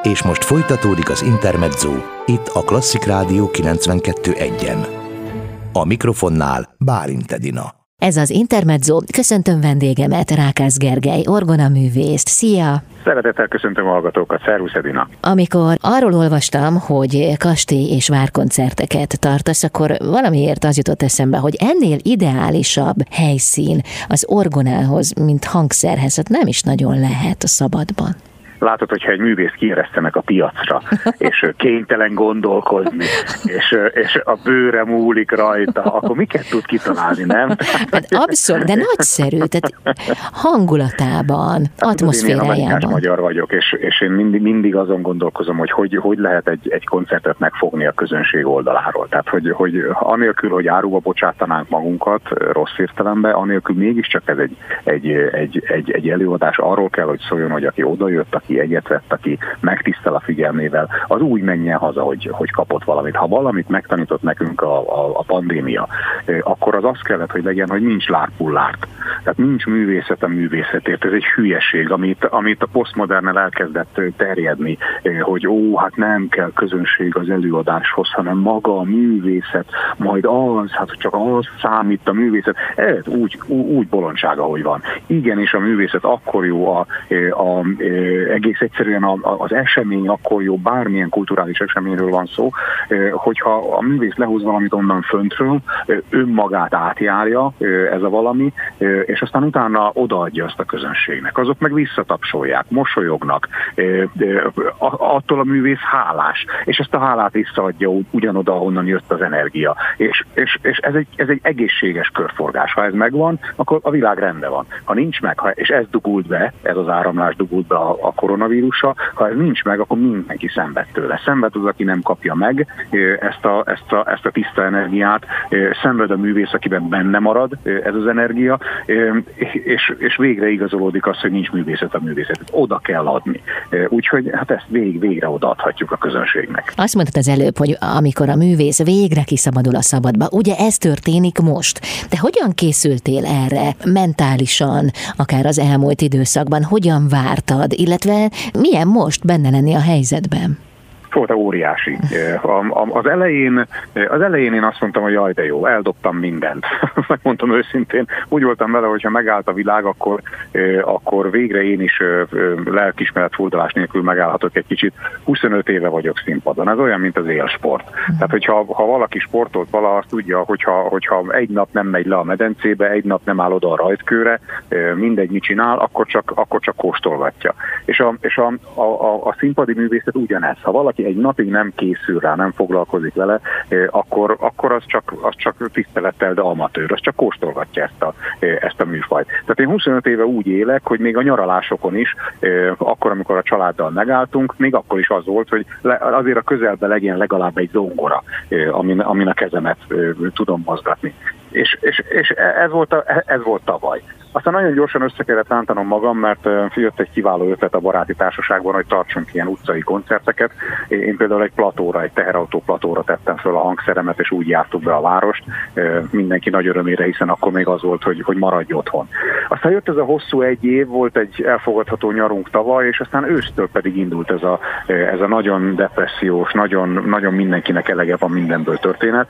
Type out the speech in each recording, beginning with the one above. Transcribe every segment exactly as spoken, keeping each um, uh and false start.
És most folytatódik az Intermezzo, itt a Klasszik Rádió kilencvenkettő egyen. A mikrofonnál Bálint Edina. Ez az Intermezzo, köszöntöm vendégemet, Rákász Gergely, orgonaművészt. Szia! Szeretettel köszöntöm a hallgatókat, szervusz Edina! Amikor arról olvastam, hogy kastély- és várkoncerteket tartasz, akkor valamiért az jutott eszembe, hogy ennél ideálisabb helyszín az orgonához, mint hangszerhez, hát nem is nagyon lehet a szabadban. Látod, hogyha egy művész kieresztenek a piacra, és kénytelen gondolkozni, és, és a bőre múlik rajta, akkor miket tud kitalálni, nem? Hát abszolút, de nagyszerű, tehát hangulatában, atmoszférájában. Én amerikás magyar vagyok, és, és én mindig, mindig azon gondolkozom, hogy, hogy hogy lehet egy, egy koncertet megfogni a közönség oldaláról. Tehát, hogy, hogy anélkül, hogy áruba bocsátanánk magunkat rossz értelemben, anélkül mégiscsak ez egy, egy, egy, egy, egy előadás arról kell, hogy szóljon, hogy aki odajött, aki egyet vett, aki megtisztel a figyelmével, az úgy menjen haza, hogy, hogy kapott valamit. Ha valamit megtanított nekünk a, a, a pandémia, akkor az az kellett, hogy legyen, hogy nincs lárpullárt. Tehát nincs művészet a művészetért. Ez egy hülyeség, amit, amit a posztmodernel elkezdett terjedni, hogy ó, hát nem kell közönség az előadáshoz, hanem maga a művészet, majd az, hát csak az számít a művészet. Ez úgy, úgy bolondság, ahogy van. Igenis a művészet akkor jó, a, a, a egész egyszerűen az esemény akkor jó, bármilyen kulturális eseményről van szó, hogyha a művész lehoz valamit onnan föntről, önmagát átjárja ez a valami, és aztán utána odaadja azt a közönségnek. Azok meg visszatapsolják, mosolyognak, attól a művész hálás, és ezt a hálát visszaadja ugyanoda, ahonnan jött az energia. És, és, és ez, egy, ez egy egészséges körforgás. Ha ez megvan, akkor a világ rendben van. Ha nincs meg, ha, és ez dugult be, ez az áramlás dugult be a, a koronavírusa, ha ez nincs meg, akkor mindenki szenved tőle. Szenved az, aki nem kapja meg ezt a, ezt a, ezt a tiszta energiát, szenved a művész, akiben benne marad ez az energia, és, és végre igazolódik az, hogy nincs művészet a művészetet. Oda kell adni. Úgyhogy hát ezt vég, végre odaadhatjuk a közönségnek. Azt mondtad az előbb, hogy amikor a művész végre kiszabadul a szabadba, ugye ez történik most. De hogyan készültél erre mentálisan, akár az elmúlt időszakban? Hogyan vártad, illetve milyen most benne lenni a helyzetben? Volt óriási. Az elején, az elején én azt mondtam, hogy jaj, de jó, eldobtam mindent. Megmondtam őszintén, úgy voltam vele, hogyha megállt a világ, akkor, akkor végre én is lelkismeret furdalás nélkül megállhatok egy kicsit. huszonöt éve vagyok színpadon. Ez olyan, mint az élsport. Tehát, hogyha ha valaki sportolt vala, azt tudja, hogyha, hogyha egy nap nem megy le a medencébe, egy nap nem áll oda a rajtkőre, mindegy, mit csinál, akkor csak, akkor csak kóstolgatja. És a, és a, a, a, a színpadi művészet ugyanez. Ha valaki egy napig nem készül rá, nem foglalkozik vele, akkor, akkor az, csak, az csak tisztelettel, de amatőr, az csak kóstolgatja ezt a, ezt a műfajt. Tehát én huszonöt éve úgy élek, hogy még a nyaralásokon is, akkor, amikor a családdal megálltunk, még akkor is az volt, hogy azért a közelben legyen legalább egy zongora, amin, amin a kezemet tudom mozgatni. És, és, és ez, volt a, ez volt tavaly. Aztán nagyon gyorsan össze kellett rántanom magam, mert jött egy kiváló ötlet a baráti társaságban, hogy tartsunk ilyen utcai koncerteket. Én például egy platóra, egy teherautó platóra tettem föl a hangszeremet, és úgy jártuk be a várost. Mindenki nagy örömére, hiszen akkor még az volt, hogy, hogy maradj otthon. Aztán jött ez a hosszú egy év, volt egy elfogadható nyarunk tavaly, és aztán ősztől pedig indult ez a, ez a nagyon depressziós, nagyon, nagyon mindenkinek elege van mindenből történet.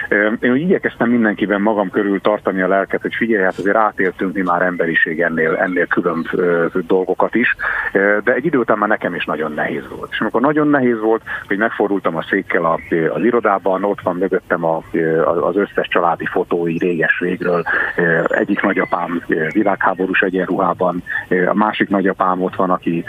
Én úgy igyekeztem mindenkiben magam körül tartani a lelket, hogy figyelj, hát azért átéltünk mi már emberiség ennél, ennél külön dolgokat is, de egy idő után már nekem is nagyon nehéz volt. És amikor nagyon nehéz volt, hogy megfordultam a székkel a, az irodában, ott van mögöttem a, az összes családi fotói réges régről, egyik nagyapám világháborús egyenruhában, a másik nagyapám ott van, aki,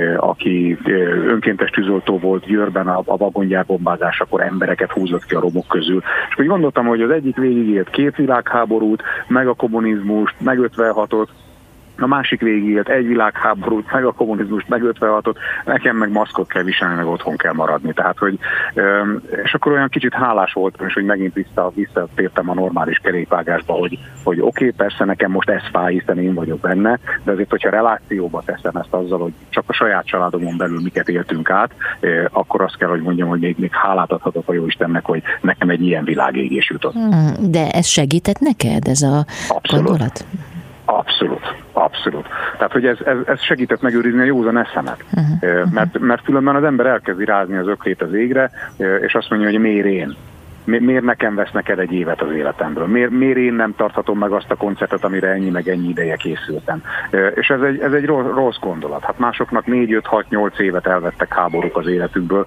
aki önkéntes tűzoltó volt Győrben a, a vagongyárbombázásakor, embereket húzott ki a romok közül. És úgy gondoltam, hogy az egyik végigélt két világháborút, meg a kommunizmust, meg ötvenhatot, a másik végigélt egy világháborút, meg a kommunizmust, meg ötvenhatot, nekem meg maszkot kell viselni, meg otthon kell maradni. Tehát, hogy, és akkor olyan kicsit hálás voltam, és hogy megint vissza, visszatértem a normális kerékvágásba, hogy, hogy oké, okay, persze nekem most ez fáj, hiszen én vagyok benne, de azért, hogyha relációba teszem ezt azzal, hogy csak a saját családomon belül miket éltünk át, akkor azt kell, hogy mondjam, hogy még, még hálát adhatok a Jóistennek, hogy nekem egy ilyen világégés jutott. Hmm, de ez segített neked, ez a Abszolút. Gondolat? Abszolút, abszolút. Tehát, hogy ez, ez, ez segített megőrizni a józan eszemet. Uh-huh. Mert, mert különben az ember elkezdi rázni az öklét az égre, és azt mondja, hogy miért én? Miért nekem vesznek el egy évet az életemből? Miért, miért én nem tarthatom meg azt a koncertet, amire ennyi meg ennyi ideje készültem? És ez egy, ez egy rossz gondolat. Hát másoknak négy, öt, hat, nyolc évet elvettek háborúk az életükből.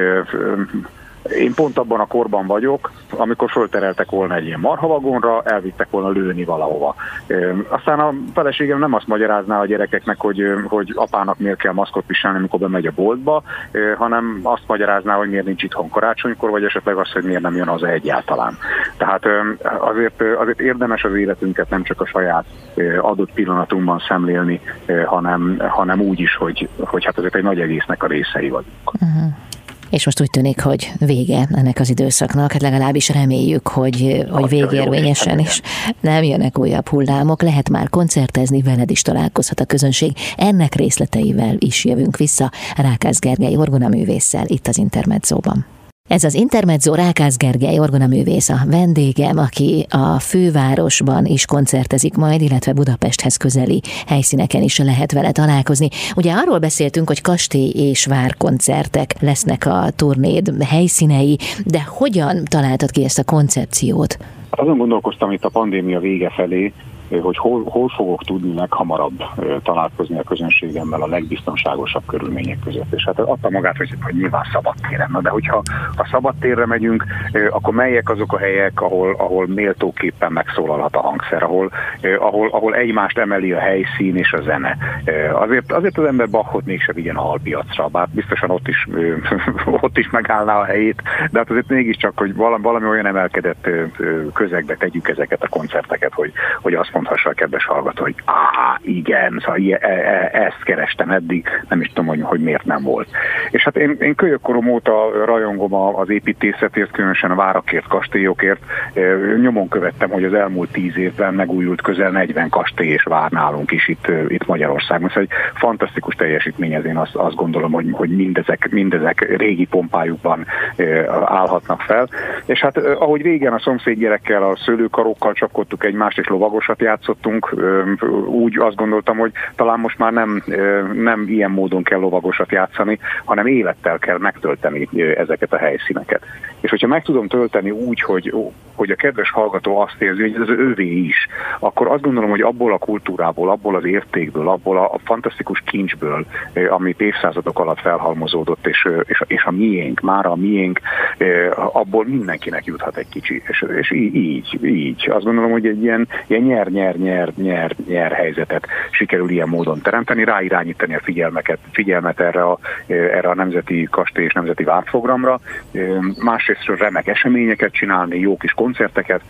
Én pont abban a korban vagyok, amikor föltereltek volna egy ilyen marhavagonra, elvittek volna lőni valahova. Aztán a feleségem nem azt magyarázná a gyerekeknek, hogy, hogy apának miért kell maszkot viselni, amikor bemegy a boltba, hanem azt magyarázná, hogy miért nincs itthon karácsonykor, vagy esetleg azt, hogy miért nem jön az egyáltalán. Tehát azért, azért érdemes az életünket nem csak a saját adott pillanatunkban szemlélni, hanem, hanem úgy is, hogy, hogy hát azért egy nagy egésznek a részei vagyunk. Uh-huh. És most úgy tűnik, hogy vége ennek az időszaknak, hát legalábbis reméljük, hogy, hogy végérvényesen is nem jönnek újabb hullámok, lehet már koncertezni, veled is találkozhat a közönség. Ennek részleteivel is jövünk vissza Rákász Gergely orgonaművésszel itt az Intermedzóban. Ez az Intermezzo, Rákász Gergely orgonaművész a vendégem, aki a fővárosban is koncertezik majd, illetve Budapesthez közeli helyszíneken is lehet vele találkozni. Ugye arról beszéltünk, hogy kastély és várkoncertek lesznek a turnéd helyszínei, de hogyan találtad ki ezt a koncepciót? Azon gondolkoztam itt a pandémia vége felé, hogy hol, hol fogok tudni leghamarabb találkozni a közönségemmel a legbiztonságosabb körülmények között. És hát adta magát, hogy, hogy nyilván szabadtéren. Na, de hogyha ha szabadtérre megyünk, akkor melyek azok a helyek, ahol, ahol méltóképpen megszólalhat a hangszer, ahol, ahol, ahol egymást emeli a helyszín és a zene. Azért, azért az ember Bachot mégse vigyen a Alpiacra, bár biztosan ott is, ott is megállná a helyét, de hát azért mégiscsak, hogy valami, valami olyan emelkedett közegbe tegyük ezeket a koncerteket, hogy, hogy azt mondhassa a kedves hallgató, hogy á, igen, szóval e, e, ezt kerestem eddig, nem is tudom, hogy, hogy miért nem volt. És hát én, én kölyökkorom óta rajongom az építészetért, különösen a várakért, kastélyokért. Nyomon követtem, hogy az elmúlt tíz évben megújult közel negyven kastély és vár nálunk is itt, itt Magyarországon. Szóval egy fantasztikus teljesítmény, ez én azt, azt gondolom, hogy, hogy mindezek, mindezek régi pompájukban állhatnak fel. És hát ahogy régen a szomszéd gyerekkel, a szőlőkarókkal csapkodtuk egymást, és lovagosat játszottunk, úgy azt gondoltam, hogy talán most már nem, nem ilyen módon kell lovagosat játszani, hanem élettel kell megtölteni ezeket a helyszíneket. És hogyha meg tudom tölteni úgy, hogy, hogy a kedves hallgató azt érzi, hogy ez az övé is, akkor azt gondolom, hogy abból a kultúrából, abból az értékből, abból a, a fantasztikus kincsből, amit évszázadok alatt felhalmozódott, és, és, és a miénk, már a miénk, abból mindenkinek juthat egy kicsi. És, és így, így. Azt gondolom, hogy egy ilyen, ilyen nyer-nyer-nyer-nyer-nyer helyzetet sikerül ilyen módon teremteni, ráirányítani a figyelmeket, figyelmet erre a, erre a Nemzeti Kastély és Nemzeti Várprogramra, másrésztről remek eseményeket csinálni, jó kis koncerteket,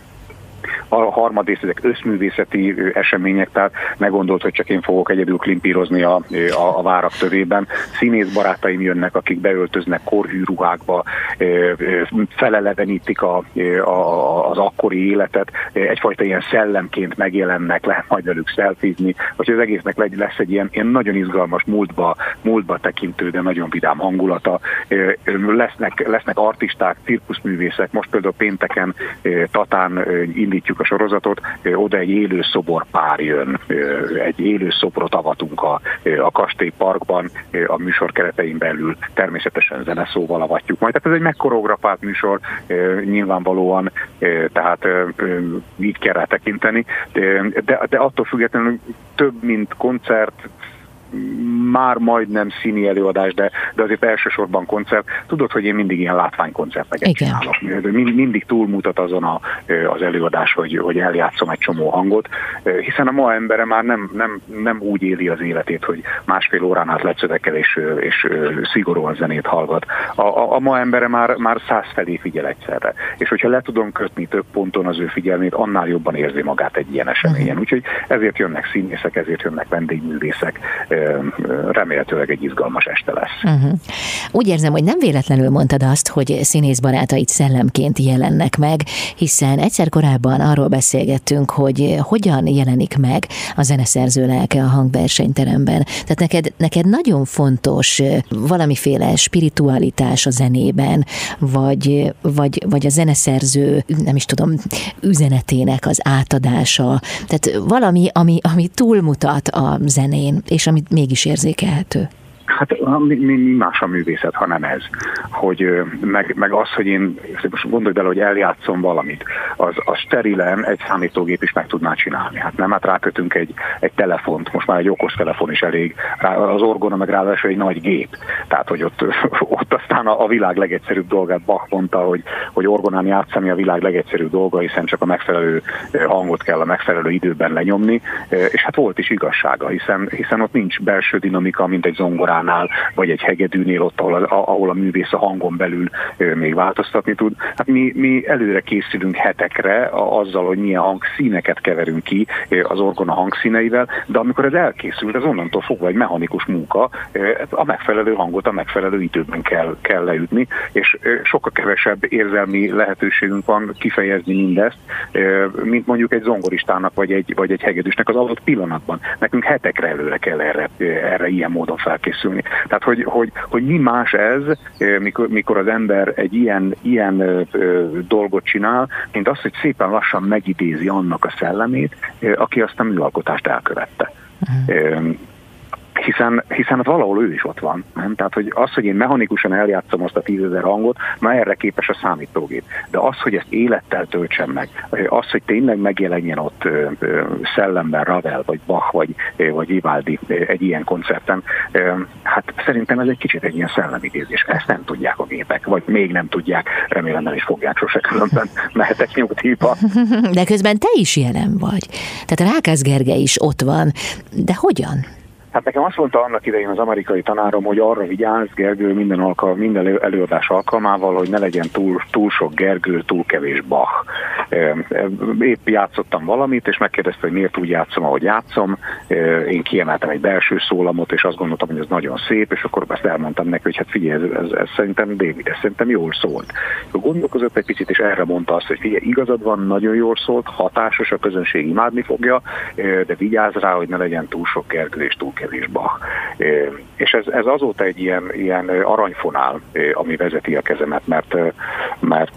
a harmadrészt ezek összművészeti események, tehát ne gondolt, hogy csak én fogok egyedül klimpírozni a, a, a várak tövében. Színész barátaim jönnek, akik beöltöznek korhű ruhákba, felelevenítik a, a, az akkori életet, egyfajta ilyen szellemként megjelennek, lehet majd velük szelfizni, hogy az egésznek lesz egy ilyen, ilyen nagyon izgalmas múltba, múltba tekintő, de nagyon vidám hangulata. Lesznek, lesznek artisták, cirkuszművészek, most például pénteken Tatán indítjuk a sorozatot, oda egy élő szoborpár jön, egy élő szobrot avatunk a, a kastélyparkban, a műsor keretein belül, természetesen zeneszóval avatjuk majd. Tehát ez egy megkoreografált műsor, nyilvánvalóan, tehát így kell rá tekinteni, de, de attól függetlenül több, mint koncert, már majdnem színi előadás, de, de azért elsősorban koncert. Tudod, hogy én mindig ilyen látványkoncerteket csinálok. Mind, mindig túlmutat azon a, az előadás, hogy, hogy eljátszom egy csomó hangot, hiszen a ma embere már nem, nem, nem úgy éli az életét, hogy másfél órán át lecövekel és, és szigorúan zenét hallgat. A, a, a ma embere már, már száz felé figyel egyszerre. És hogyha le tudom kötni több ponton az ő figyelmét, annál jobban érzi magát egy ilyen eseményen. Úgyhogy ezért jönnek színészek, ezért jönnek vendégművészek, remélhetőleg egy izgalmas este lesz. Uh-huh. Úgy érzem, hogy nem véletlenül mondtad azt, hogy színész barátaid szellemként jelennek meg, hiszen egyszer korábban arról beszélgettünk, hogy hogyan jelenik meg a zeneszerző lelke a hangversenyteremben. Tehát neked, neked nagyon fontos valamiféle spiritualitás a zenében, vagy, vagy, vagy a zeneszerző, nem is tudom, üzenetének az átadása. Tehát valami, ami, ami túlmutat a zenén, és amit mégis érzékelhető. Hát mi, mi, mi más a művészet, ha nem ez. Hogy, meg, meg az, hogy én most gondolj bele, hogy eljátszom valamit, az, az sterilen egy számítógép is meg tudná csinálni. Hát nem, hát rákötünk egy, egy telefont, most már egy okostelefon is elég, az orgona meg ráadásul egy nagy gép. Tehát, hogy ott, ott aztán a, a világ legegyszerűbb dolgát Bach mondta, hogy, hogy orgonán játszani a világ legegyszerűbb dolga, hiszen csak a megfelelő hangot kell a megfelelő időben lenyomni, és hát volt is igazsága, hiszen, hiszen ott nincs belső dinamika, mint egy zongorán, vagy egy hegedűnél ott, ahol a, ahol a művész a hangon belül ö, még változtatni tud. Hát mi, mi előre készülünk hetekre a, azzal, hogy milyen hangszíneket keverünk ki ö, az orgona hangszíneivel, de amikor ez elkészült, az onnantól fogva egy mechanikus munka, ö, a megfelelő hangot a megfelelő időben kell, kell leütni, és ö, sokkal kevesebb érzelmi lehetőségünk van kifejezni mindezt, ö, mint mondjuk egy zongoristának, vagy egy, vagy egy hegedűsnek az adott pillanatban. Nekünk hetekre előre kell erre, erre ilyen módon felkészülni. Tehát, hogy, hogy, hogy mi más ez, mikor, mikor az ember egy ilyen, ilyen ö, dolgot csinál, mint az, hogy szépen lassan megidézi annak a szellemét, ö, aki azt a műalkotást elkövette. Uh-huh. Hiszen, hiszen ott valahol ő is ott van. Nem? Tehát, hogy az, hogy én mechanikusan eljátszom azt a tízezer hangot, már erre képes a számítógép. De az, hogy ezt élettel töltsem meg, az, hogy tényleg megjelenjen ott ö, ö, szellemben Ravel, vagy Bach, vagy, ö, vagy Vivaldi ö, egy ilyen koncerten, ö, hát szerintem ez egy kicsit egy ilyen szellemidézés. Ezt nem tudják a gépek, vagy még nem tudják, remélem nem is fogják sose, különben mehetek nyugdíjba. De közben te is jelen vagy. Tehát Rákász Gergely is ott van. De hogyan? Hát nekem azt mondta annak idején az amerikai tanárom, hogy arra vigyázz, Gergő, minden, alkalm, minden előadás alkalmával, hogy ne legyen túl, túl sok Gergő, túl kevés Bach. Épp játszottam valamit, és megkérdezte, hogy miért úgy játszom, ahogy játszom. Én kiemeltem egy belső szólamot, és azt gondoltam, hogy ez nagyon szép, és akkor ezt elmondtam neki, hogy hát figyelj, ez, ez, ez szerintem David, ez szerintem jól szólt. Gondolkozott egy picit, és erre mondta azt, hogy figyelj, igazad van, nagyon jól szólt, hatásos, a közönség imádni fogja, de vigyázz rá, hogy ne legyen túl sok Gergő és túl kevés Bach. És ez, ez azóta egy ilyen, ilyen aranyfonál, ami vezeti a kezemet, mert, mert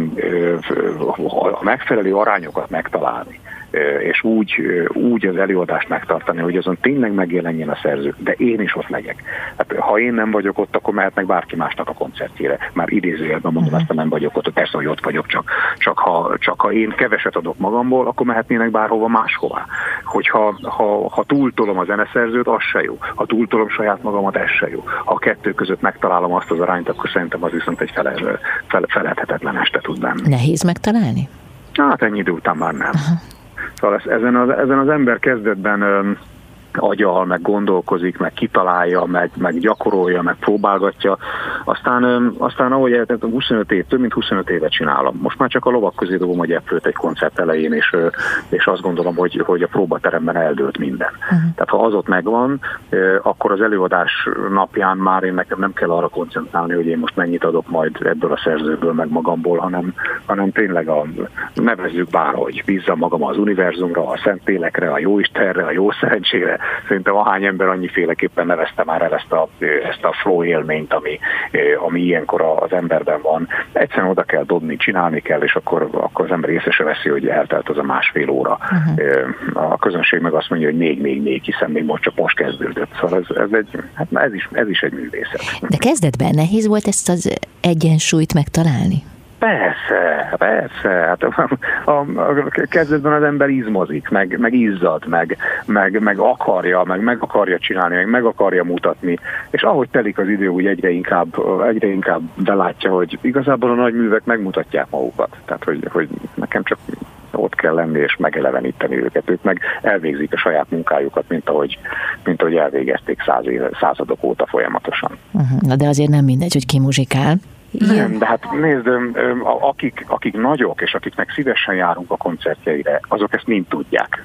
a megfelelő arányokat megtalálni, és úgy, úgy az előadást megtartani, hogy azon tényleg megjelenjen a szerző, de én is ott legyek. Hát, ha én nem vagyok ott, akkor mehetnek bárki másnak a koncertjére. Már idézőjelben mondom, ezt nem vagyok ott, persze, hogy ott vagyok, csak, csak, ha, csak ha én keveset adok magamból, akkor mehetnének bárhova máshová. Hogyha ha, ha túltolom a zeneszerzőt, az se jó. Ha túltolom saját magamat, ez se jó. Ha a kettő között megtalálom azt az arányt, akkor szerintem az viszont egy fele, fele, feledhetetlen este tud lenni. Nehéz megtalálni? Hát ennyi idő után már nem. Aha. Szóval ezen az, ezen az ember kezdetben öm, agyal, meg gondolkozik, meg kitalálja, meg, meg gyakorolja, meg próbálgatja. Aztán, öm, aztán ahogy eltelt, huszonöt év, több mint huszonöt évet csinálom. Most már csak a lovak közé dobom a gyeplőt egy koncert elején, és, és azt gondolom, hogy, hogy a próbateremben eldőlt minden. Uh-huh. Tehát ha az ott megvan, akkor az előadás napján már én nekem nem kell arra koncentrálni, hogy én most mennyit adok majd ebből a szerzőből, meg magamból, hanem, hanem tényleg a, nevezzük bárhogy, bízzam magam az univerzumra, a Szentlélekre, a Jóistenre, a jó szerencsére. Szerintem ahány ember annyiféleképpen nevezte már el ezt a, ezt a flow élményt, ami, ami ilyenkor az emberben van. Egyszerűen oda kell dobni, csinálni kell, és akkor, akkor az ember észre se veszi, hogy eltelt az a másfél óra. Uh-huh. A közönség meg azt mondja, hogy még, még, még, hiszen még most csak most kezdődött. Szóval ez, ez, egy, hát ez, is, ez is egy művészet. De kezdetben nehéz volt ezt az egyensúlyt megtalálni? Persze, persze. Hát a, a, a kezdetben az ember izmozik, meg, meg izzad, meg, meg, meg akarja, meg meg akarja csinálni, meg meg akarja mutatni. És ahogy telik az idő, úgy egyre inkább, egyre inkább belátja, hogy igazából a nagy művek megmutatják magukat. Tehát, hogy, hogy nekem csak ott kell lenni és megeleveníteni őket. Ők meg elvégzik a saját munkájukat, mint ahogy, mint ahogy elvégezték száz éve, századok óta folyamatosan. Uh-huh. De azért nem mindegy, hogy ki muzsikál. Nem, de hát nézd, akik, akik nagyok, és akiknek szívesen járunk a koncertjeire, azok ezt mind tudják.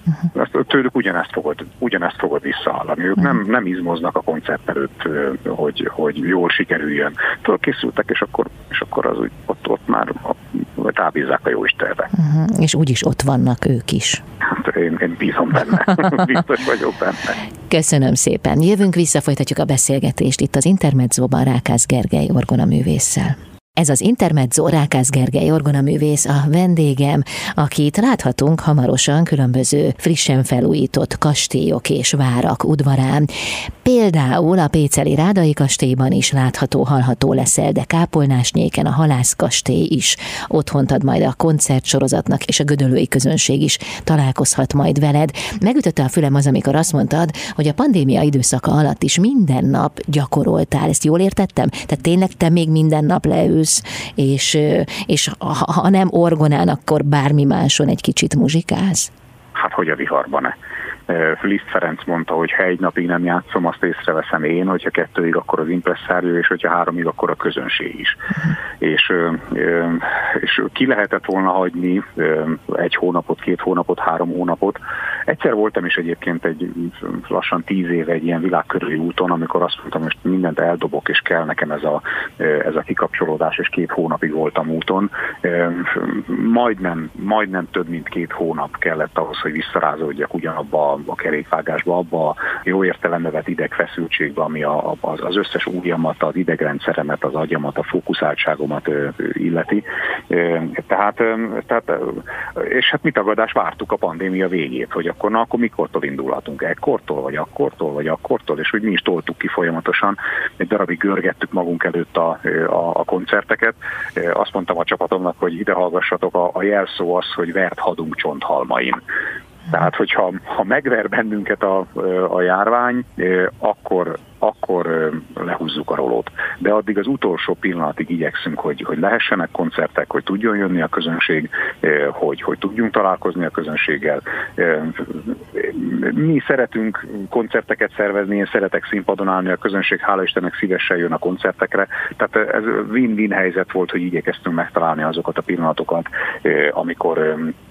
Uh-huh. Azt, tőlük ugyanezt fogod, ugyanezt fogod visszahallani. Ők uh-huh. nem, nem izmoznak a koncert előtt, hogy, hogy jól sikerüljön. Fölkészültek, és akkor, és akkor az úgy, ott, ott már rábízzák a Jóistenre. Uh-huh. És úgyis ott vannak ők is. Hát én, én bízom benne. Biztos vagyok benne. Köszönöm szépen. Jövünk vissza, folytatjuk a beszélgetést itt az Intermedzóban Rákász Gergely orgonaművésszel. Ez az Intermezzo, Rákász Gergely orgonaművész a vendégem, akit láthatunk hamarosan különböző frissen felújított kastélyok és várak udvarán. Például a péceli Rádai kastélyban is látható, hallható leszel, de Kápolnásnyéken a Halászkastély is otthont ad majd a koncertsorozatnak, és a gödöllői közönség is találkozhat majd veled. Megütötte a fülem az, amikor azt mondtad, hogy a pandémia időszaka alatt is minden nap gyakoroltál. Ezt jól értettem? Tehát tényleg te még minden nap leülsz, és, és ha, ha nem orgonán, akkor bármi máson egy kicsit muzsikálsz? Hát hogy a viharban-e? Liszt Ferenc mondta, hogy ha egy napig nem játszom, azt észreveszem én, hogyha kettőig, akkor az impresszárió, és hogyha háromig, akkor a közönség is. Uh-huh. És, és ki lehetett volna hagyni egy hónapot, két hónapot, három hónapot. Egyszer voltam is egyébként egy lassan tíz éve egy ilyen világkörüli úton, amikor azt mondtam, hogy mindent eldobok, és kell nekem ez a, ez a kikapcsolódás, és két hónapig voltam úton. Majdnem, majdnem több mint két hónap kellett ahhoz, hogy visszarázódjak ugyanabba a kerékvágásba, abba a jó értelembe vett idegfeszültségbe, ami a, az, az összes ujjamat, az idegrendszeremet, az agyamat, a fókuszáltságomat illeti. Tehát, tehát, és hát mi tagadás, vártuk a pandémia végét, hogy akkor, na, akkor mikortól indulhatunk? Ekkortól, vagy akkortól, vagy akkortól, és úgy mi is toltuk ki folyamatosan. Egy darabig görgettük magunk előtt a, a, a koncerteket. Azt mondtam a csapatomnak, hogy ide hallgassatok, a, a jelszó az, hogy vert hadunk csonthalmain. Tehát, hogyha ha megver bennünket a, a járvány, akkor, akkor lehúzzuk a rolót. De addig az utolsó pillanatig igyekszünk, hogy, hogy lehessenek koncertek, hogy tudjon jönni a közönség, hogy, hogy tudjunk találkozni a közönséggel. Mi szeretünk koncerteket szervezni, én szeretek színpadon állni, a közönség hála Istennek szívesen jön a koncertekre. Tehát ez win-win helyzet volt, hogy igyekeztünk megtalálni azokat a pillanatokat, amikor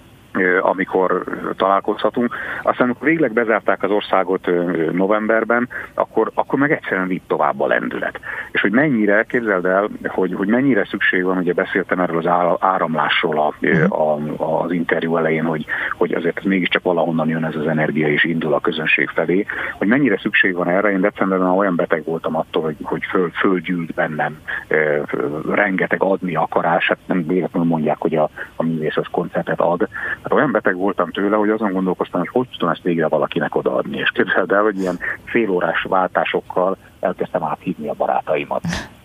amikor találkozhatunk. Aztán, amikor végleg bezárták az országot novemberben, akkor, akkor meg egyszerűen vitt tovább a lendület. És hogy mennyire, képzeld el, hogy, hogy mennyire szükség van, ugye beszéltem erről az áramlásról a, a, az interjú elején, hogy, hogy azért mégiscsak valahonnan jön ez az energia és indul a közönség felé, hogy mennyire szükség van erre. Én decemberben olyan beteg voltam attól, hogy, hogy föl, fölgyűlt bennem e, rengeteg adni akarás, hát nem véletlenül mondják, hogy a, a művész az koncertet ad. Hát olyan beteg voltam tőle, hogy azon gondolkoztam, hogy hogy tudom ezt végre valakinek odaadni. És képzeld el, hogy ilyen félórás váltásokkal elkezdtem áthívni a barátaimat.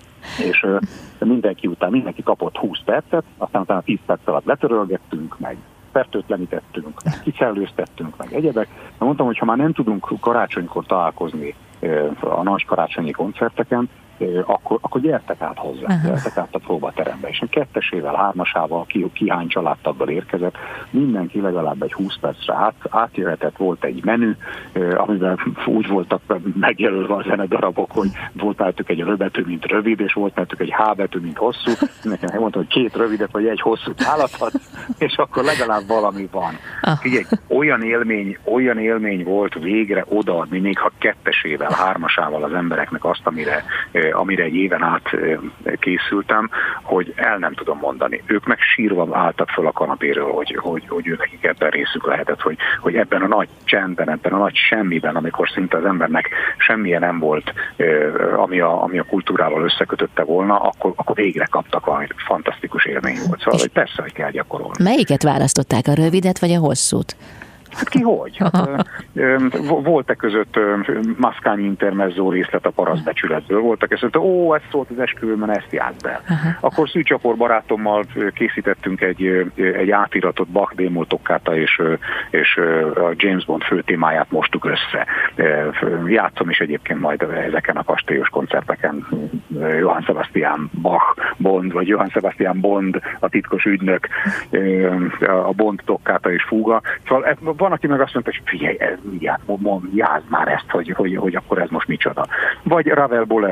És uh, mindenki után, mindenki kapott húsz percet, aztán utána tíz perc alatt letörölgettünk, meg fertőtlenítettünk, kiszellőztettünk, meg egyebek. De mondtam, hogy ha már nem tudunk karácsonykor találkozni uh, a nagy karácsonyi koncerteken, Akkor, akkor gyertek át hozzá, uh-huh. gyertek át a próbaterembe. És a kettesével, hármasával, ki, ki hány családtaggal érkezett, mindenki legalább egy húsz percre át, átjöhetett, volt egy menü, amivel úgy voltak megjelölve a zenedarabok, hogy volt mellettük egy R betű, mint rövid, és volt mellettük egy H betű, mint hosszú. Nekem mondta, hogy két rövidet, vagy egy hosszút választhatsz, és akkor legalább valami van. Uh-huh. Figyelj, olyan élmény, olyan élmény volt végre odaadni, még ha kettesével, hármasával az embereknek azt, amire amire egy éven át készültem, hogy el nem tudom mondani. Ők meg sírva álltak föl a kanapéről, hogy, hogy, hogy ő nekik ebben részük lehetett, hogy, hogy ebben a nagy csendben, ebben a nagy semmiben, amikor szinte az embernek semmilyen nem volt, ami a, ami a kultúrával összekötötte volna, akkor, akkor végre kaptak valami fantasztikus élmény volt. Szóval, hogy persze, hogy kell gyakorolni. Melyiket választották, a rövidet vagy a hosszút? Hát ki hogy? Hát, volt-e között Mascagni Intermezzo részlet a parasztbecsületből? Voltak között, ó, ez szólt az esküvőben, ezt játsz be. Uh-huh. Akkor Szűcsapor barátommal készítettünk egy, egy átiratot, Bach Démol Toccata és, és a James Bond főtémáját mostuk össze. Játszom is egyébként majd ezeken a kastélyos koncerteken Johann Sebastian Bach Bond, vagy Johann Sebastian Bond, a titkos ügynök, a Bond Toccata és fúga. Szóval van, aki meg azt mondta, hogy figyelj, ez, játsz már ezt, hogy, hogy, hogy akkor ez most micsoda. Vagy Ravel Bolero,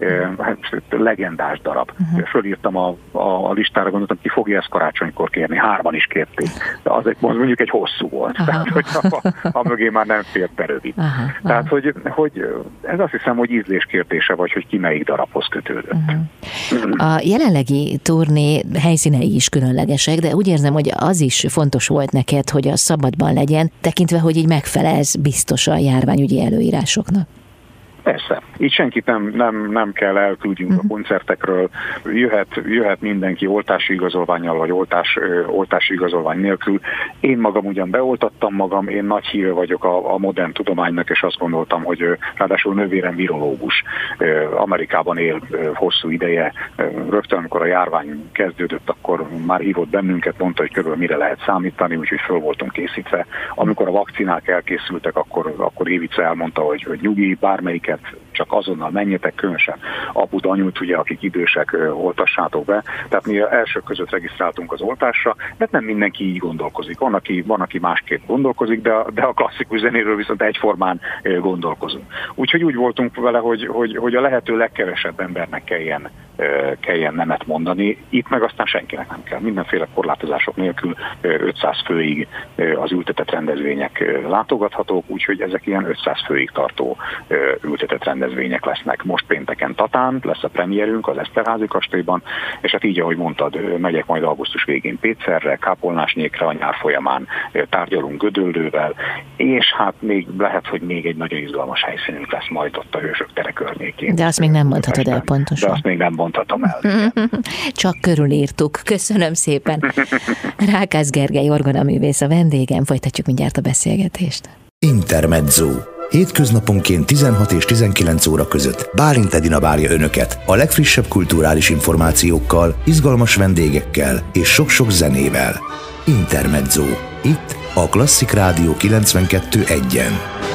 hát, legendás darab. Uh-huh. Fölírtam a, a, a listára, gondoltam, ki fogja ezt karácsonykor kérni. Hárman is kérték. De az egy, mondjuk egy hosszú volt. Uh-huh. Tehát, hogy a, a mögé már nem fért be rövid. Uh-huh. Tehát, hogy, hogy ez azt hiszem, hogy ízlés kérdése, vagy hogy ki melyik darabhoz kötődött. Uh-huh. A jelenlegi turné helyszínei is különlegesek, de úgy érzem, hogy az is fontos volt neked, hogy a szabadban legyen, tekintve, hogy így megfelelsz biztos a járványügyi előírásoknak. Persze. Így senkit nem, nem, nem kell elküldjünk uh-huh. a koncertekről. Jöhet, jöhet mindenki oltási igazolvánnyal, vagy oltás, oltási igazolvány nélkül. Én magam ugyan beoltattam magam, én nagy híve vagyok a, a modern tudománynak, és azt gondoltam, hogy ráadásul nővérem virológus. Amerikában él hosszú ideje. Rögtön, amikor a járvány kezdődött, akkor már hívott bennünket, mondta, hogy körülbelül mire lehet számítani, úgyhogy föl voltunk készítve. Amikor a vakcinák elkészültek, akkor, akkor Ivica elmondta, hogy, hogy nyugi, bármelyik csak azonnal menjetek, különösen aput, anyut, ugye, akik idősek, oltassátok be. Tehát mi elsők között regisztráltunk az oltásra, mert nem mindenki így gondolkozik. Van, aki, van, aki másképp gondolkozik, de, de a klasszikus zenéről viszont egyformán gondolkozunk. Úgyhogy úgy voltunk vele, hogy, hogy, hogy a lehető legkevesebb embernek kelljen, kelljen nemet mondani. Itt meg aztán senkinek nem kell. Mindenféle korlátozások nélkül ötszáz főig az ültetett rendezvények látogathatók, úgyhogy ezek ilyen ötszáz főig tartó ültetett rendezvények lesznek. Most pénteken Tatán lesz a premierünk az Eszterházy kastélyban, és hát így, ahogy mondtad, megyek majd augusztus végén Pécserre, Kápolnásnyékre, a nyár folyamán tárgyalunk Gödöllővel, és hát még lehet, hogy még egy nagyon izgalmas helyszínünk lesz majd ott a Hősök tere környékén. De azt még nem mondhatod el pontosan. De azt még nem mondhatom el. Csak körülírtuk. Köszönöm szépen. Rákász Gergely orgonaművész a vendégem, folytatjuk mindjárt a beszélgetést. Intermezzo. Hétköznaponként tizenhat és tizenkilenc óra között Bálint Edina várja Önöket a legfrissebb kulturális információkkal, izgalmas vendégekkel és sok-sok zenével. Intermezzo. Itt a Klasszik Rádió kilencvenkettő egyen.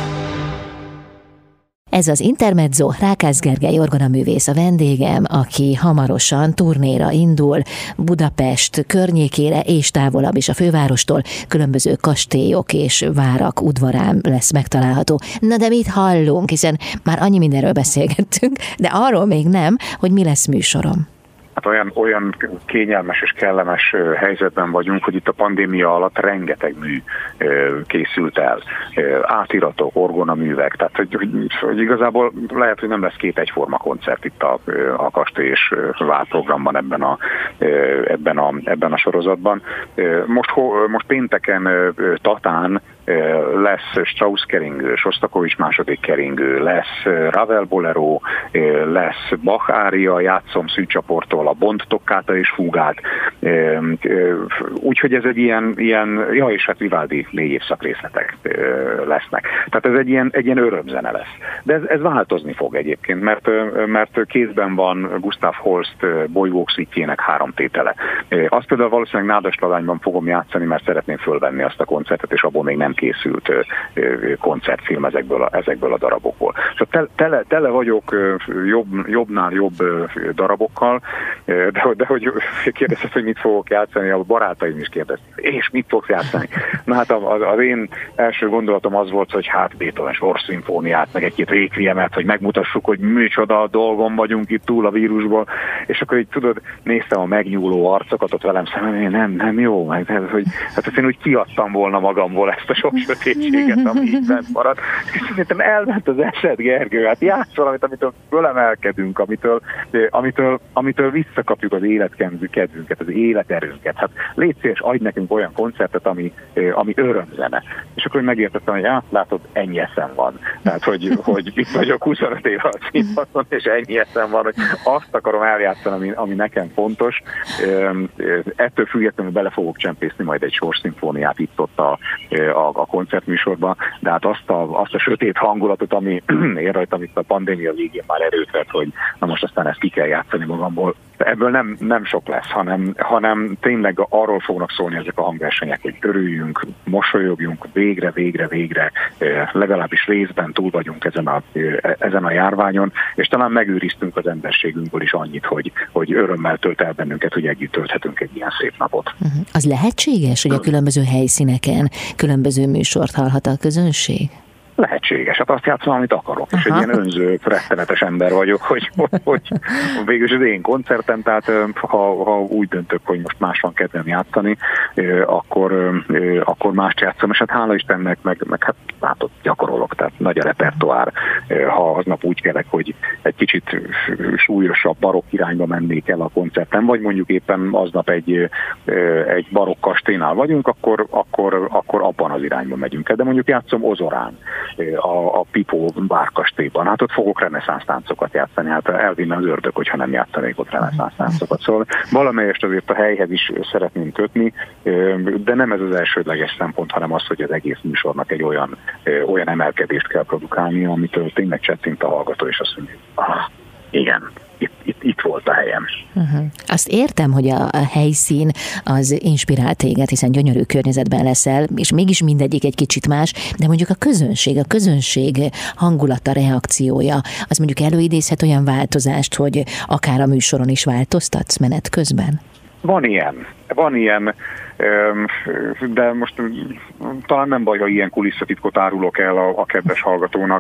Ez az Intermezzo, Rákász Gergely orgonaművész a vendégem, aki hamarosan turnéra indul Budapest környékére és távolabb is a fővárostól, különböző kastélyok és várak udvarán lesz megtalálható. Na de mit hallunk, hiszen már annyi mindenről beszélgettünk, de arról még nem, hogy mi lesz műsorom. Hát olyan, olyan kényelmes és kellemes helyzetben vagyunk, hogy itt a pandémia alatt rengeteg mű készült el. Átiratok, orgonaművek, tehát hogy, hogy, hogy igazából lehet, hogy nem lesz két egyforma koncert itt a, a kastély és várprogramban ebben a, ebben, a, ebben a sorozatban. Most, most pénteken Tatán lesz Strauss keringő, Sostakovics második keringő, lesz Ravel bolero, lesz Bach ária, játszom szűcsaporttól a Bond tockáta és fúgát. Úgyhogy ez egy ilyen, ilyen ja és hát Vivaldi négy évszakrészletek lesznek. Tehát ez egy ilyen, egy ilyen örömzene lesz. De ez, ez változni fog egyébként, mert, mert kézben van Gustav Holst bolygók szüitjének három tétele. Azt például valószínűleg Nádastalányban fogom játszani, mert szeretném fölvenni azt a koncertet, és abból még nem készült koncertfilm ezekből a, ezekből a darabokból. Szóval tele, tele, tele vagyok jobb, jobbnál jobb darabokkal, de, de hogy kérdezted, hogy mit fogok játszani, a barátaim is kérdezték, és mit fogsz játszani? Na hát az, az én első gondolatom az volt, hogy hát Beethoven sorszimfóniát, meg egy-két requiemet, hogy megmutassuk, hogy micsoda dolgon vagyunk itt túl a vírusból, és akkor így tudod, néztem a megnyúló arcokat ott velem szemben, nem, nem jó, meg, hát, hogy, hát azt én úgy kiadtam volna magamból ezt a sok sötétséget, ami így bent maradt, és szerintem elment az eset, Gergő, hát játsz valamit, amitől fölemelkedünk, amitől, amitől, amitől visszakapjuk az életkedvünket, az életerőnket. Hát légy szíves, adj nekünk olyan koncertet, ami, ami örömzene. És akkor megértettem, hogy hát látod, ennyi eszem van. Tehát, hogy, hogy itt vagyok huszonöt éve a színpadon, és ennyi eszem van, hogy azt akarom eljátszani, ami, ami nekem fontos. Ettől függetlenül bele fogok csempészni majd egy sorszimfóniát itt-ott a, a, a koncertműsorban, de hát azt a, azt a sötét hangulatot, ami ér rajtam itt a pandémia végén már erőt vett, hogy na most aztán ezt ki kell játszani magamból. Ebből nem, nem sok lesz, hanem, hanem tényleg arról fognak szólni ezek a hangversenyek, hogy örüljünk, mosolyogjunk, végre, végre, végre, legalábbis részben túl vagyunk ezen a, ezen a járványon, és talán megőriztünk az emberségünkből is annyit, hogy, hogy örömmel tölt el bennünket, hogy együtt tölthetünk egy ilyen szép napot. Uh-huh. Az lehetséges, hogy a különböző helyszíneken különböző műsort hallhat a közönség? Lehetséges, hát azt játszom, amit akarok, és Aha. egy ilyen önző, rettenetes ember vagyok, hogy, hogy végülis az én koncertem, tehát ha, ha úgy döntök, hogy most más van kedvem játszani, akkor, akkor mást játszom, és hát hála Istennek, meg, meg hát látod, gyakorolok, tehát nagy a repertoár, ha aznap úgy kelek, hogy egy kicsit súlyosabb barokk irányba mennék el a koncerten, vagy mondjuk éppen aznap egy, egy barokk kastélynál vagyunk, akkor, akkor, akkor abban az irányba megyünk el, de mondjuk játszom Ozorán, a, a Pipó bárkastélyban. Hát ott fogok reneszánsz táncokat játszani, hát elvinne az ördög, hogyha nem játszanék ott reneszánsz táncokat. Szóval valamelyest azért a helyhez is szeretném kötni, de nem ez az elsődleges szempont, hanem az, hogy az egész műsornak egy olyan, olyan emelkedést kell produkálni, amitől tényleg csettint a hallgató, és azt mondja, ah, igen, Itt, itt, itt volt a helyem. Uh-huh. Azt értem, hogy a, a helyszín az inspirál téged, hiszen gyönyörű környezetben leszel, és mégis mindegyik egy kicsit más, de mondjuk a közönség, a közönség hangulata, reakciója, az mondjuk előidézhet olyan változást, hogy akár a műsoron is változtatsz menet közben? Van ilyen, van ilyen, de most talán nem baj, ha ilyen kulisszatitkot árulok el a, a kedves hallgatónak.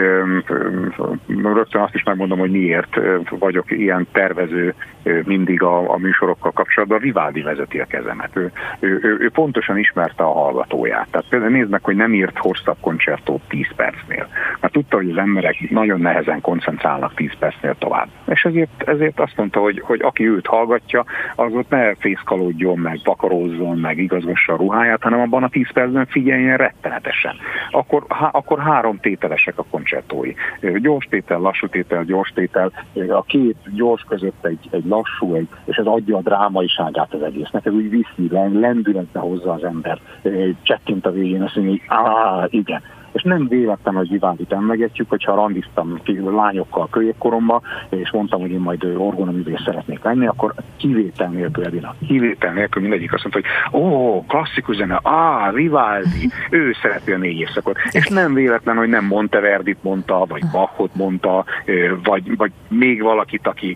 Rögtön azt is megmondom, hogy miért vagyok ilyen tervező mindig a, a műsorokkal kapcsolatban. Vivaldi vezeti a kezemet. Ő, ő, ő, ő pontosan ismerte a hallgatóját. Tehát például nézd meg, hogy nem írt hosszabb koncertót tíz percnél. Mert tudta, hogy az emberek nagyon nehezen koncentrálnak tíz percnél tovább. És ezért, ezért azt mondta, hogy, hogy aki őt hallgatja, az ott ne fészkalódjon, meg vakarózzon, meg igazgassa a ruháját, hanem abban a tíz percben figyeljen rettenetesen. Akkor, há, akkor három tételesek a koncertói. Gyors tétel, lassú tétel, gyors tétel. A két gyors között egy, egy lassú, egy, és ez adja a drámaiságát az egésznek. Ez úgy viszi, lendületbe hozza az ember. Csettint a végén, azt mondja, hogy áh, igen. És nem véletlen, hogy Vivaldit emlegetjük, hogyha randiztam lányokkal középkoromban, és mondtam, hogy én majd orgonaművész szeretnék lenni, akkor kivétel nélkül, Edina, kivétel nélkül mindegyik azt mondta, hogy ó, klasszikus zene, á, Vivaldi, ő szereti a négy éjszakot. És nem véletlen, hogy nem Monteverdit mondta, vagy Bachot mondta, vagy, vagy még valakit, aki,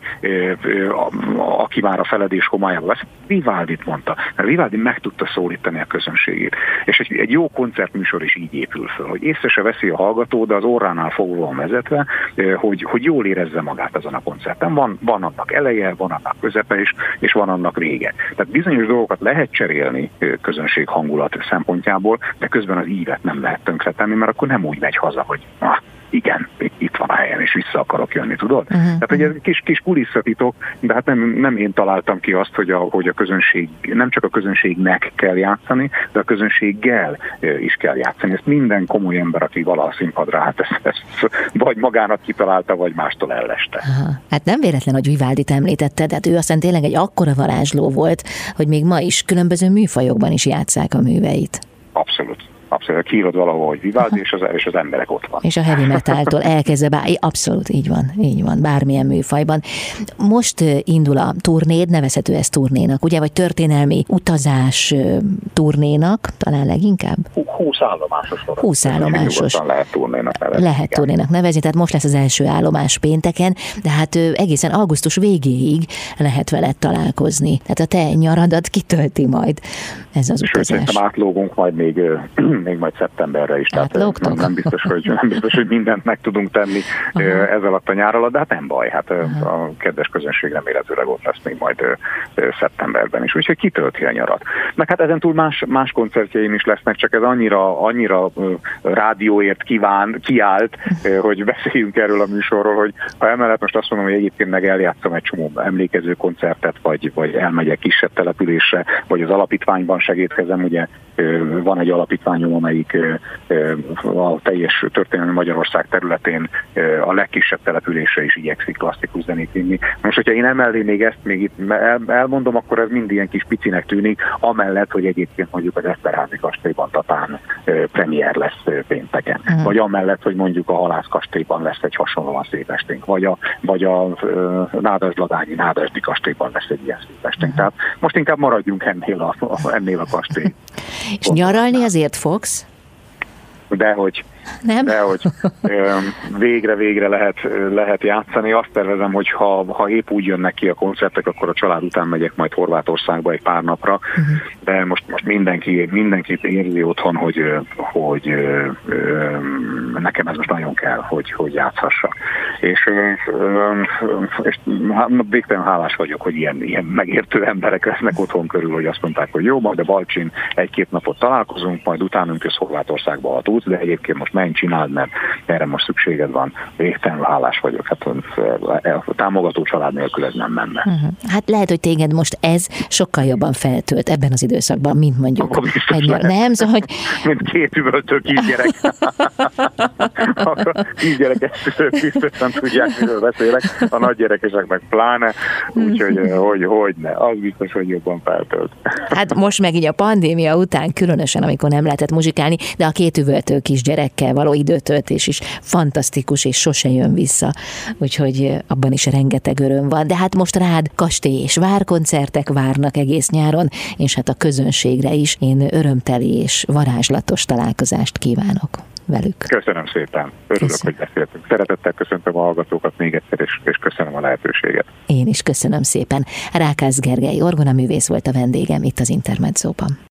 aki már a feledés homályába vesz, Vivaldit mondta. Mert Vivaldi meg tudta szólítani a közönségét. És egy, egy jó koncertműsor is így épül föl, hogy észre se veszi a hallgató, de az orránál fogva vezetve, hogy, hogy jól érezze magát azon a koncerten. Van, van annak eleje, van annak közepe is, és van annak vége. Tehát bizonyos dolgokat lehet cserélni közönség hangulat szempontjából, de közben az ívet nem lehet tönkretenni, mert akkor nem úgy megy haza, hogy ah, igen, itt van a helyen, és vissza akarok jönni, tudod? Uh-huh. Tehát, hogy ez kis, kis kulisszatitok, de hát nem, nem én találtam ki azt, hogy a, hogy a közönség, nem csak a közönségnek kell játszani, de a közönséggel is kell játszani. Ezt minden komoly ember, aki valaha színpadra, hát ezt, ezt vagy magának kitalálta, vagy mástól elleste. Aha. Hát nem véletlen, hogy Vivaldit említetted, hát ő aztán tényleg egy akkora varázsló volt, hogy még ma is különböző műfajokban is játsszák a műveit. Abszolút. Abszolút, kiírod valahol, hogy Vivaldi, és az, és az emberek ott van. És a heavy metaltól elkezdve, bár, abszolút így van, így van, bármilyen műfajban. Most indul a turnéd, nevezhető ez turnénak, ugye, vagy történelmi utazás turnénak, talán leginkább? húsz állomásos. húsz állomásos. Lehet turnénak nevezni. Lehet turnénak nevezni, tehát most lesz az első állomás pénteken, de hát egészen augusztus végéig lehet veled találkozni. Tehát a te nyaradat kitölti majd ez az utazás. Sőt, szerintem átlógunk majd még még majd szeptemberre is. Tehát nem biztos, hogy, nem biztos, hogy mindent meg tudunk tenni uh-huh. ez alatt a nyár alatt, de hát nem baj. Hát uh-huh. a kedves közönség remélhetőleg ott lesz még majd szeptemberben is. Úgyhogy kitölti a nyarat. Meg hát ezentúl más, más koncertjeim is lesznek, csak ez annyira, annyira rádióért kíván, kiállt, hogy beszéljünk erről a műsorról, hogy ha emellett most azt mondom, hogy egyébként meg eljátszom egy csomó emlékező koncertet, vagy, vagy elmegyek kisebb településre, vagy az alapítványban segítkezem, ugye van egy alapítványom, amelyik a teljes történelmi Magyarország területén a legkisebb településre is igyekszik klasszikus zenét vinni. Most, hogyha én emellé még ezt még itt elmondom, akkor ez mind ilyen kis picinek tűnik, amellett, hogy egyébként mondjuk az Eszterházy kastélyban Tatán premier lesz pénteken. Uh-huh. Vagy amellett, hogy mondjuk a Halász kastélyban lesz egy hasonlóan szép esténk. Vagy a, vagy a Nádasd-Ladányi Nádasdi kastélyban lesz egy ilyen szép esténk. Uh-huh. Tehát most inkább maradjunk ennél a, ennél a kastély. És nyaralni azért fogsz? Dehogy. Nem? De hogy végre-végre lehet, lehet játszani. Azt tervezem, hogy ha, ha épp úgy jönnek ki a koncertek, akkor a család után megyek majd Horvátországba egy pár napra, uh-huh. de most, most mindenki, mindenki érzi otthon, hogy, hogy ö, ö, nekem ez most nagyon kell, hogy, hogy játszhassa. És, és végtelen hálás vagyok, hogy ilyen, ilyen megértő emberek lesznek otthon körül, hogy azt mondták, hogy jó, majd a Balcsin egy-két napot találkozunk, majd utánunk jössz Horvátországba, ha tudsz, de egyébként most menj, csináld, mert erre most szükséged van. Végtelenül hálás vagyok. Hát a támogató család nélkül ez nem menne. Uh-huh. Hát lehet, hogy téged most ez sokkal jobban feltölt ebben az időszakban, mint mondjuk egy nyar. Nem, szóval, hogy... Mint két üvöltő kisgyerek. A kisgyerekek biztosan tudják, miről beszélek, a nagygyerekesek meg pláne, úgyhogy hogy, hogy ne, az biztos, hogy jobban feltölt. Hát most meg így a pandémia után, különösen, amikor nem lehetett muzsikálni, de a két üvöltő kisgyerekkel való időtöltés is fantasztikus, és sose jön vissza. Úgyhogy abban is rengeteg öröm van. De hát most rád kastély és várkoncertek várnak egész nyáron, és hát a közönségre is én örömteli és varázslatos találkozást kívánok velük. Köszönöm szépen. Örülök, köszönöm. Hogy beszéltünk. Szeretettel köszöntöm a hallgatókat még egyszer, és, és köszönöm a lehetőséget. Én is köszönöm szépen. Rákász Gergely orgonaművész volt a vendégem itt az Intermedzóban.